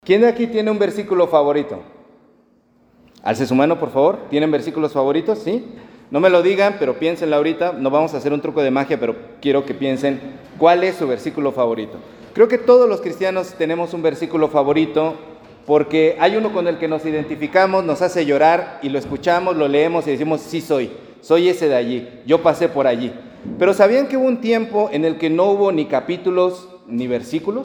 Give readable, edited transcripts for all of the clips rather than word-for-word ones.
¿Quién de aquí tiene un versículo favorito? Alce su mano, por favor. ¿Tienen versículos favoritos? ¿Sí? No me lo digan, pero piénsenlo ahorita. No vamos a hacer un truco de magia, pero quiero que piensen cuál es su versículo favorito. Creo que todos los cristianos tenemos un versículo favorito porque hay uno con el que nos identificamos, nos hace llorar y lo escuchamos, lo leemos y decimos, sí soy ese de allí, yo pasé por allí. Pero ¿sabían que hubo un tiempo en el que no hubo ni capítulos ni versículos?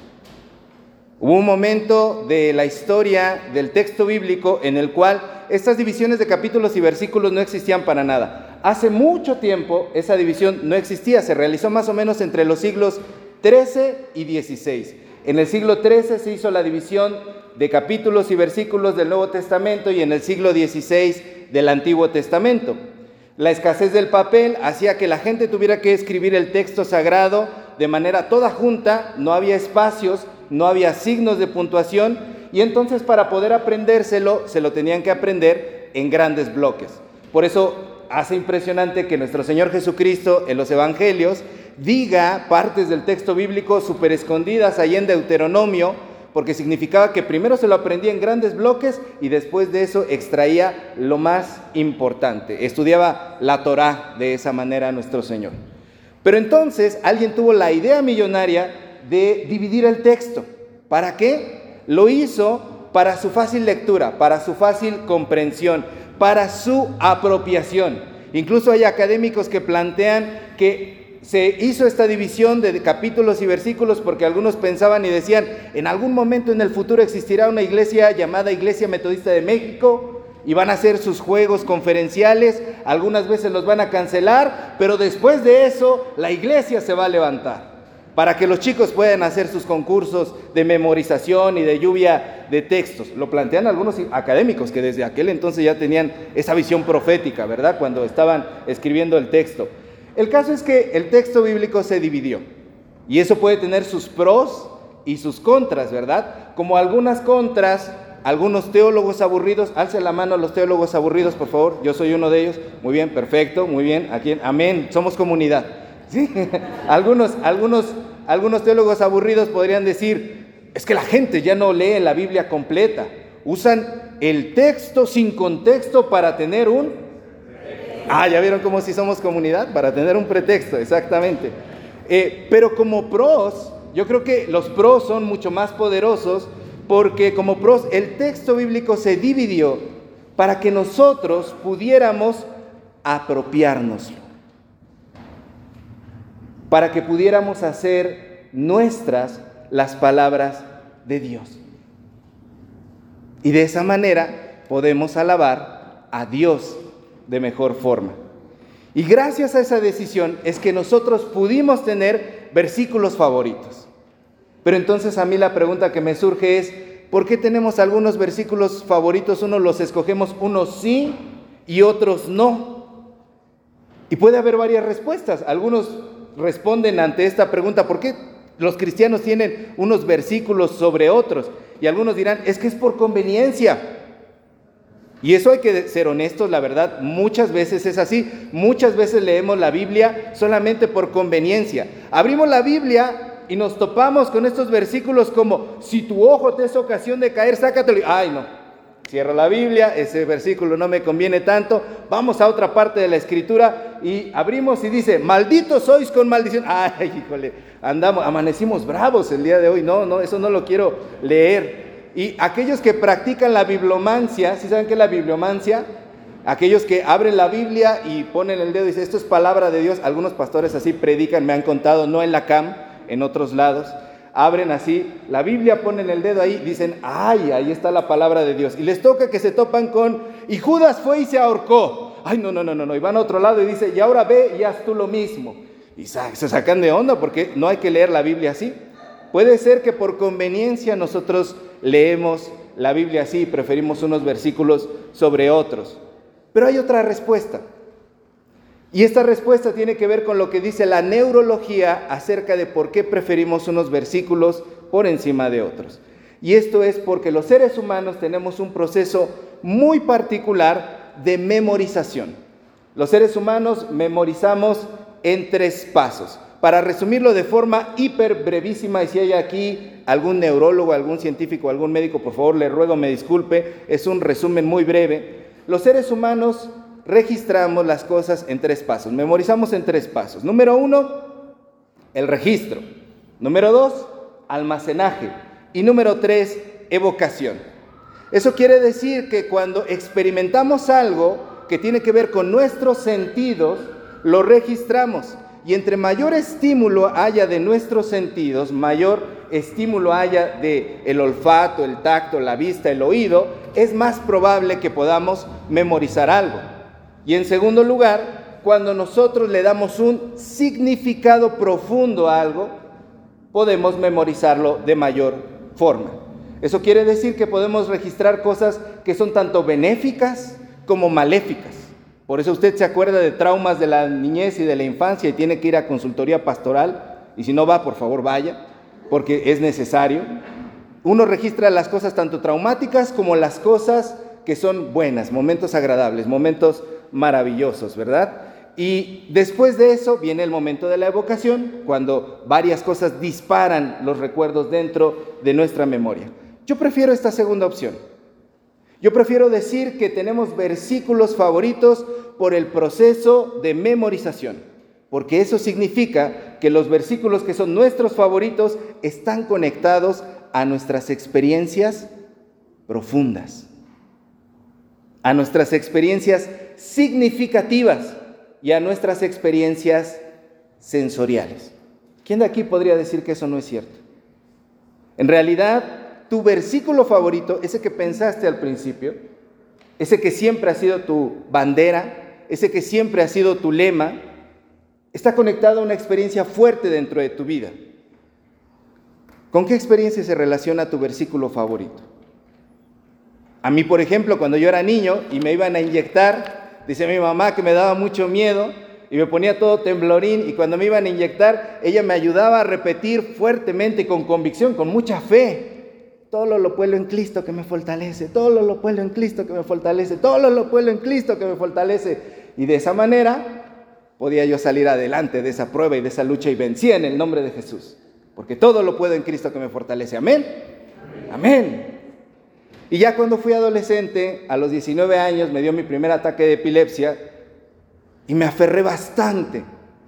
Hubo un momento de la historia del texto bíblico en el cual estas divisiones de capítulos y versículos no existían para nada. Hace mucho tiempo esa división no existía, se realizó más o menos entre los siglos XIII y XVI. En el siglo XIII se hizo la división de capítulos y versículos del Nuevo Testamento y en el siglo XVI del Antiguo Testamento. La escasez del papel hacía que la gente tuviera que escribir el texto sagrado de manera toda junta, no había espacios, no había signos de puntuación y entonces para poder aprendérselo se lo tenían que aprender en grandes bloques. Por eso hace impresionante que nuestro Señor Jesucristo en los evangelios diga partes del texto bíblico súper escondidas ahí en Deuteronomio, porque significaba que primero se lo aprendía en grandes bloques y después de eso extraía lo más importante. Estudiaba la Torá de esa manera nuestro Señor. Pero entonces alguien tuvo la idea millonaria de dividir el texto. ¿Para qué? Lo hizo para su fácil lectura, para su fácil comprensión, para su apropiación. Incluso hay académicos que plantean que se hizo esta división de capítulos y versículos porque algunos pensaban y decían, en algún momento en el futuro existirá una iglesia llamada Iglesia Metodista de México y van a hacer sus juegos conferenciales, algunas veces los van a cancelar, pero después de eso la iglesia se va a levantar para que los chicos puedan hacer sus concursos de memorización y de lluvia de textos. Lo plantean algunos académicos que desde aquel entonces ya tenían esa visión profética, ¿verdad? Cuando estaban escribiendo el texto. El caso es que el texto bíblico se dividió y eso puede tener sus pros y sus contras, ¿verdad? Como algunas contras, algunos teólogos aburridos, alce la mano a los teólogos aburridos, por favor, yo soy uno de ellos, muy bien, perfecto, muy bien, aquí, amén, somos comunidad. ¿Sí? Algunos teólogos aburridos podrían decir, es que la gente ya no lee la Biblia completa, usan el texto sin contexto para tener un... ¿ya vieron cómo si somos comunidad? Para tener un pretexto, exactamente. Pero como pros, yo creo que los pros son mucho más poderosos porque como pros el texto bíblico se dividió para que nosotros pudiéramos apropiárnoslo, para que pudiéramos hacer nuestras las palabras de Dios. Y de esa manera podemos alabar a Dios de mejor forma. Y gracias a esa decisión es que nosotros pudimos tener versículos favoritos. Pero entonces a mí la pregunta que me surge es, ¿por qué tenemos algunos versículos favoritos? Unos los escogemos, unos sí y otros no. Y puede haber varias respuestas. Algunos responden ante esta pregunta, ¿por qué los cristianos tienen unos versículos sobre otros? Y algunos dirán, es que es por conveniencia. Y eso hay que ser honestos, la verdad, muchas veces es así. Muchas veces leemos la Biblia solamente por conveniencia. Abrimos la Biblia y nos topamos con estos versículos como, si tu ojo te es ocasión de caer, sácatelo. Ay, no, cierro la Biblia, ese versículo no me conviene tanto. Vamos a otra parte de la Escritura y abrimos y dice, malditos sois con maldición. Ay, híjole, amanecimos bravos el día de hoy. No, eso no lo quiero leer. Y aquellos que practican la bibliomancia, ¿sí saben qué es la bibliomancia? Aquellos que abren la Biblia y ponen el dedo y dicen, esto es palabra de Dios. Algunos pastores así predican, me han contado, no en la CAM, en otros lados. Abren así la Biblia, ponen el dedo ahí, dicen, ay, ahí está la palabra de Dios. Y les toca que se topan con, y Judas fue y se ahorcó. Ay, no. Y van a otro lado y dice, y ahora ve y haz tú lo mismo. Y se sacan de onda porque no hay que leer la Biblia así. Puede ser que por conveniencia nosotros leemos la Biblia así y preferimos unos versículos sobre otros. Pero hay otra respuesta. Y esta respuesta tiene que ver con lo que dice la neurología acerca de por qué preferimos unos versículos por encima de otros. Y esto es porque los seres humanos tenemos un proceso muy particular de memorización. Los seres humanos memorizamos en 3 pasos. Para resumirlo de forma hiper brevísima, y si hay aquí algún neurólogo, algún científico, algún médico, por favor, le ruego me disculpe, es un resumen muy breve. Los seres humanos registramos las cosas en 3 pasos, memorizamos en 3 pasos. Número 1, el registro. Número 2, almacenaje. Y número 3, evocación. Eso quiere decir que cuando experimentamos algo que tiene que ver con nuestros sentidos, lo registramos. Y entre mayor estímulo haya de nuestros sentidos, mayor estímulo haya de el olfato, el tacto, la vista, el oído, es más probable que podamos memorizar algo. Y en segundo lugar, cuando nosotros le damos un significado profundo a algo, podemos memorizarlo de mayor forma. Eso quiere decir que podemos registrar cosas que son tanto benéficas como maléficas. Por eso usted se acuerda de traumas de la niñez y de la infancia y tiene que ir a consultoría pastoral. Y si no va, por favor vaya, porque es necesario. Uno registra las cosas tanto traumáticas como las cosas que son buenas, momentos agradables, momentos maravillosos, ¿verdad? Y después de eso viene el momento de la evocación, cuando varias cosas disparan los recuerdos dentro de nuestra memoria. Yo prefiero esta segunda opción. Yo prefiero decir que tenemos versículos favoritos por el proceso de memorización, porque eso significa que los versículos que son nuestros favoritos están conectados a nuestras experiencias profundas, a nuestras experiencias significativas y a nuestras experiencias sensoriales. ¿Quién de aquí podría decir que eso no es cierto? En realidad, tu versículo favorito, ese que pensaste al principio, ese que siempre ha sido tu bandera, ese que siempre ha sido tu lema, está conectado a una experiencia fuerte dentro de tu vida. ¿Con qué experiencia se relaciona tu versículo favorito? A mí, por ejemplo, cuando yo era niño y me iban a inyectar, dice mi mamá que me daba mucho miedo y me ponía todo temblorín, y cuando me iban a inyectar, ella me ayudaba a repetir fuertemente y con convicción, con mucha fe: todo lo puedo en Cristo que me fortalece, todo lo puedo en Cristo que me fortalece, todo lo puedo en Cristo que me fortalece. Y de esa manera podía yo salir adelante de esa prueba y de esa lucha, y vencía en el nombre de Jesús, porque todo lo puedo en Cristo que me fortalece. Amén. Amén. Y ya cuando fui adolescente, a los 19 años, me dio mi primer ataque de epilepsia y me aferré bastante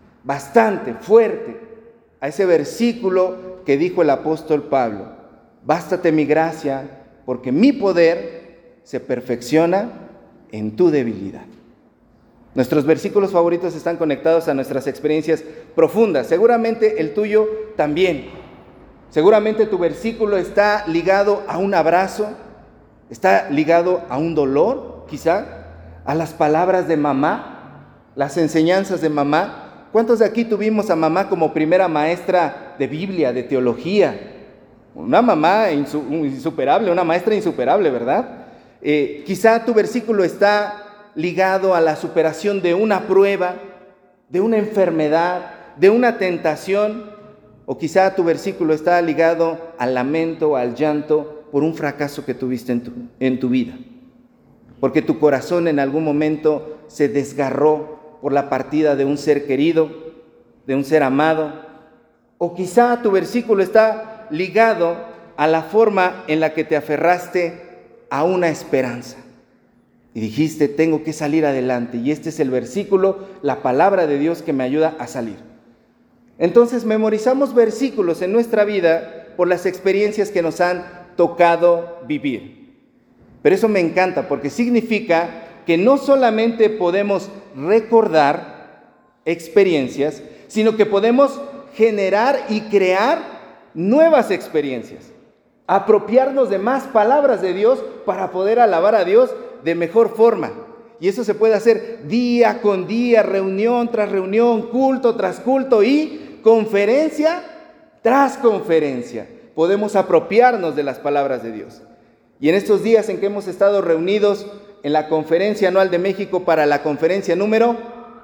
fuerte a ese versículo que dijo el apóstol Pablo: bástate mi gracia, porque mi poder se perfecciona en tu debilidad. Nuestros versículos favoritos están conectados a nuestras experiencias profundas. Seguramente el tuyo también. Seguramente tu versículo está ligado a un abrazo, está ligado a un dolor, quizá, a las palabras de mamá, las enseñanzas de mamá. ¿Cuántos de aquí tuvimos a mamá como primera maestra de Biblia, de teología? Una mamá insuperable, una maestra insuperable, ¿verdad? Quizá tu versículo está ligado a la superación de una prueba, de una enfermedad, de una tentación, o quizá tu versículo está ligado al lamento, al llanto por un fracaso que tuviste en tu vida, porque tu corazón en algún momento se desgarró por la partida de un ser querido, de un ser amado, o quizá tu versículo está ligado a la forma en la que te aferraste a una esperanza y dijiste: tengo que salir adelante, y este es el versículo, la palabra de Dios que me ayuda a salir. Entonces memorizamos versículos en nuestra vida por las experiencias que nos han tocado vivir. Pero eso me encanta, porque significa que no solamente podemos recordar experiencias, sino que podemos generar y crear nuevas experiencias, apropiarnos de más palabras de Dios para poder alabar a Dios de mejor forma. Y eso se puede hacer día con día, reunión tras reunión, culto tras culto y conferencia tras conferencia. Podemos apropiarnos de las palabras de Dios. Y en estos días en que hemos estado reunidos en la conferencia anual de México para la conferencia número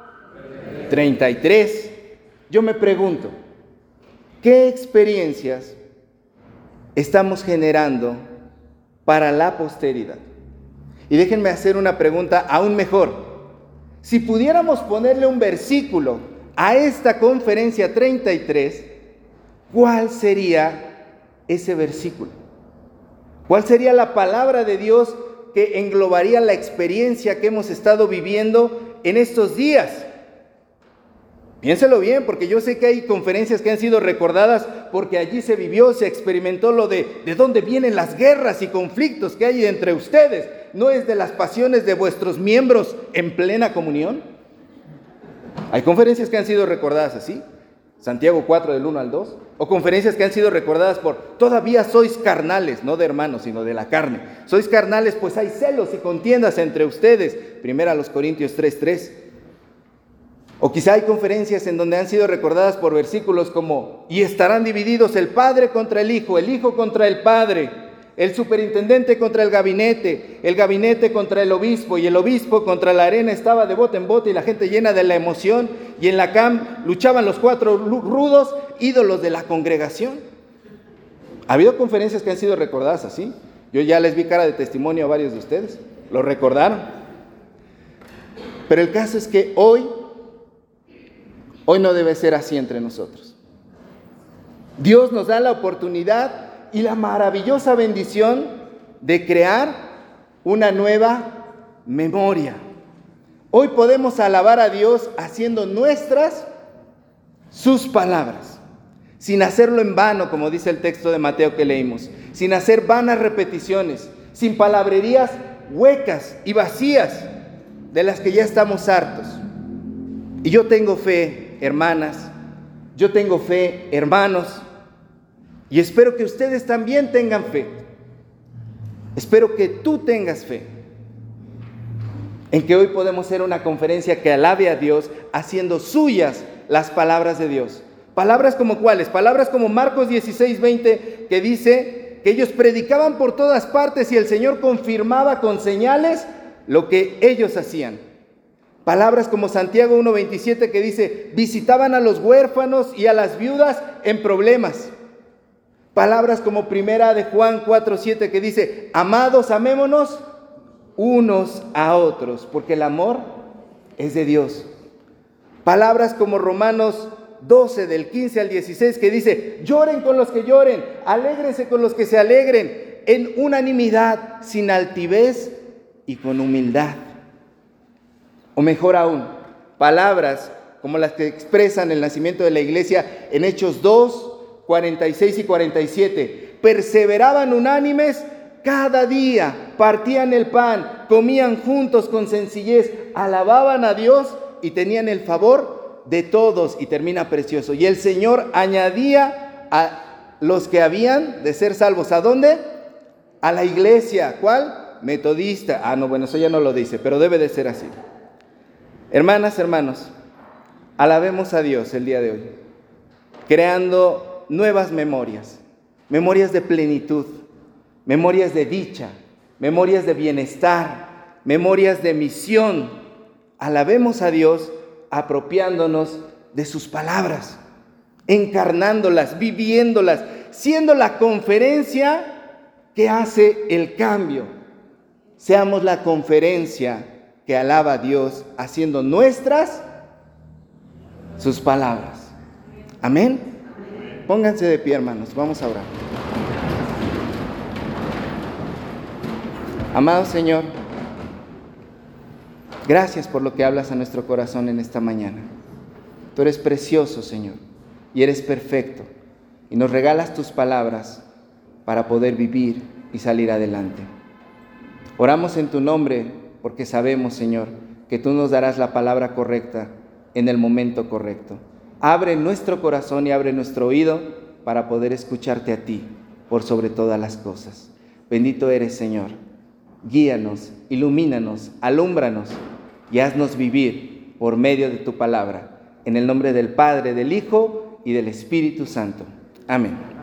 33, yo me pregunto: ¿qué experiencias estamos generando para la posteridad? Y déjenme hacer una pregunta aún mejor. Si pudiéramos ponerle un versículo a esta conferencia 33, ¿cuál sería ese versículo? ¿Cuál sería la palabra de Dios que englobaría la experiencia que hemos estado viviendo en estos días? Piénselo bien, porque yo sé que hay conferencias que han sido recordadas porque allí se vivió, se experimentó lo de dónde vienen las guerras y conflictos que hay entre ustedes. ¿No es de las pasiones de vuestros miembros en plena comunión? Hay conferencias que han sido recordadas así, Santiago 4 del 1 al 2, o conferencias que han sido recordadas por todavía sois carnales, no de hermanos, sino de la carne. Sois carnales, pues hay celos y contiendas entre ustedes. 1 Corintios 3:3. O quizá hay conferencias en donde han sido recordadas por versículos como: y estarán divididos el padre contra el hijo contra el padre, el superintendente contra el gabinete contra el obispo, y el obispo contra la arena. Estaba de bote en bote y la gente llena de la emoción, y en la cam luchaban los 4 rudos ídolos de la congregación. Ha habido conferencias que han sido recordadas así. Yo ya les vi cara de testimonio a varios de ustedes, lo recordaron. Pero el caso es que hoy no debe ser así entre nosotros. Dios nos da la oportunidad y la maravillosa bendición de crear una nueva memoria. Hoy podemos alabar a Dios haciendo nuestras sus palabras, sin hacerlo en vano, como dice el texto de Mateo que leímos, sin hacer vanas repeticiones, sin palabrerías huecas y vacías de las que ya estamos hartos. Y yo tengo fe, hermanas, yo tengo fe, hermanos, y espero que ustedes también tengan fe. Espero que tú tengas fe en que hoy podemos ser una conferencia que alabe a Dios haciendo suyas las palabras de Dios. Palabras como ¿cuáles? Palabras como Marcos 16:20, que dice que ellos predicaban por todas partes y el Señor confirmaba con señales lo que ellos hacían. Palabras como Santiago 1:27, que dice: visitaban a los huérfanos y a las viudas en problemas. Palabras como Primera de Juan 4:7, que dice: amados, amémonos unos a otros, porque el amor es de Dios. Palabras como Romanos 12 del 15 al 16, que dice: lloren con los que lloren, alégrense con los que se alegren, en unanimidad, sin altivez y con humildad. O mejor aún, palabras como las que expresan el nacimiento de la iglesia en Hechos 2, 46 y 47. Perseveraban unánimes cada día, partían el pan, comían juntos con sencillez, alababan a Dios y tenían el favor de todos. Y termina precioso: y el Señor añadía a los que habían de ser salvos. ¿A dónde? A la iglesia. ¿Cuál? Metodista. No, bueno, eso ya no lo dice, pero debe de ser así. Hermanas, hermanos, alabemos a Dios el día de hoy, creando nuevas memorias, memorias de plenitud, memorias de dicha, memorias de bienestar, memorias de misión. Alabemos a Dios apropiándonos de sus palabras, encarnándolas, viviéndolas, siendo la conferencia que hace el cambio. Seamos la conferencia que alaba a Dios haciendo nuestras sus palabras. Amén. Pónganse de pie, hermanos, vamos a orar. Amado Señor, gracias por lo que hablas a nuestro corazón en esta mañana. Tú eres precioso, Señor, y eres perfecto, y nos regalas tus palabras para poder vivir y salir adelante. Oramos en tu nombre porque sabemos, Señor, que tú nos darás la palabra correcta en el momento correcto. Abre nuestro corazón y abre nuestro oído para poder escucharte a ti por sobre todas las cosas. Bendito eres, Señor. Guíanos, ilumínanos, alúmbranos y haznos vivir por medio de tu palabra. En el nombre del Padre, del Hijo y del Espíritu Santo. Amén.